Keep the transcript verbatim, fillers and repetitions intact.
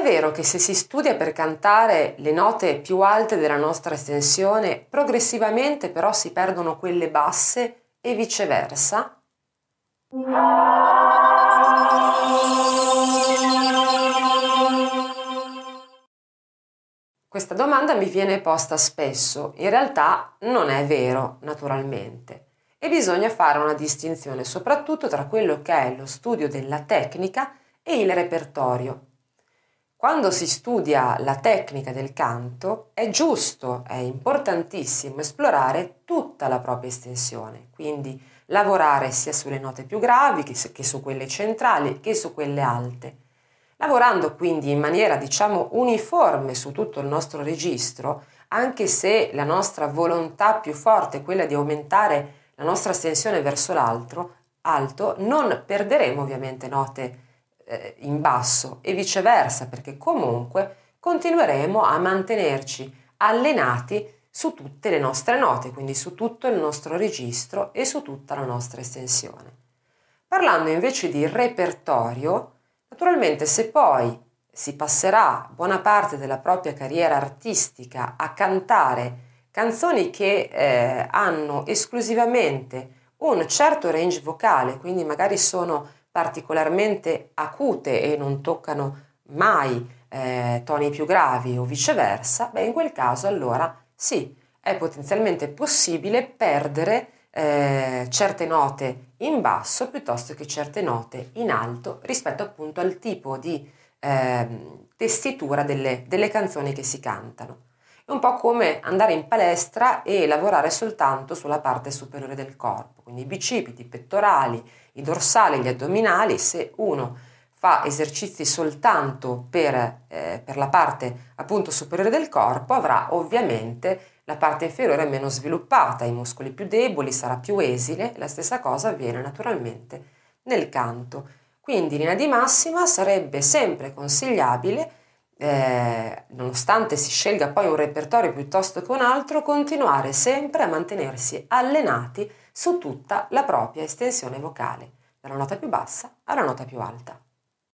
vero che se si studia per cantare le note più alte della nostra estensione, progressivamente però si perdono quelle basse e viceversa? Questa domanda mi viene posta spesso, in realtà non è vero, naturalmente, e bisogna fare una distinzione soprattutto tra quello che è lo studio della tecnica e il repertorio. Quando si studia la tecnica del canto è giusto, è importantissimo esplorare tutta la propria estensione, quindi lavorare sia sulle note più gravi che su quelle centrali che su quelle alte. Lavorando quindi in maniera diciamo uniforme su tutto il nostro registro, anche se la nostra volontà più forte è quella di aumentare la nostra estensione verso l'alto, alto, non perderemo ovviamente note eh, in basso e viceversa, perché comunque continueremo a mantenerci allenati su tutte le nostre note, quindi su tutto il nostro registro e su tutta la nostra estensione. Parlando invece di repertorio, naturalmente se poi si passerà buona parte della propria carriera artistica a cantare canzoni che eh, hanno esclusivamente un certo range vocale, quindi magari sono particolarmente acute e non toccano mai eh, toni più gravi o viceversa, beh in quel caso allora sì, è potenzialmente possibile perdere eh, certe note in basso piuttosto che certe note in alto rispetto appunto al tipo di eh, tessitura delle, delle canzoni che si cantano. È un po' come andare in palestra e lavorare soltanto sulla parte superiore del corpo, quindi i bicipiti, i pettorali, i dorsali, gli addominali. Se uno fa esercizi soltanto per, eh, per la parte appunto superiore del corpo, avrà ovviamente la parte inferiore meno sviluppata, i muscoli più deboli, sarà più esile. La stessa cosa avviene naturalmente nel canto. Quindi in linea di massima sarebbe sempre consigliabile, eh, nonostante si scelga poi un repertorio piuttosto che un altro, continuare sempre a mantenersi allenati su tutta la propria estensione vocale, dalla nota più bassa alla nota più alta.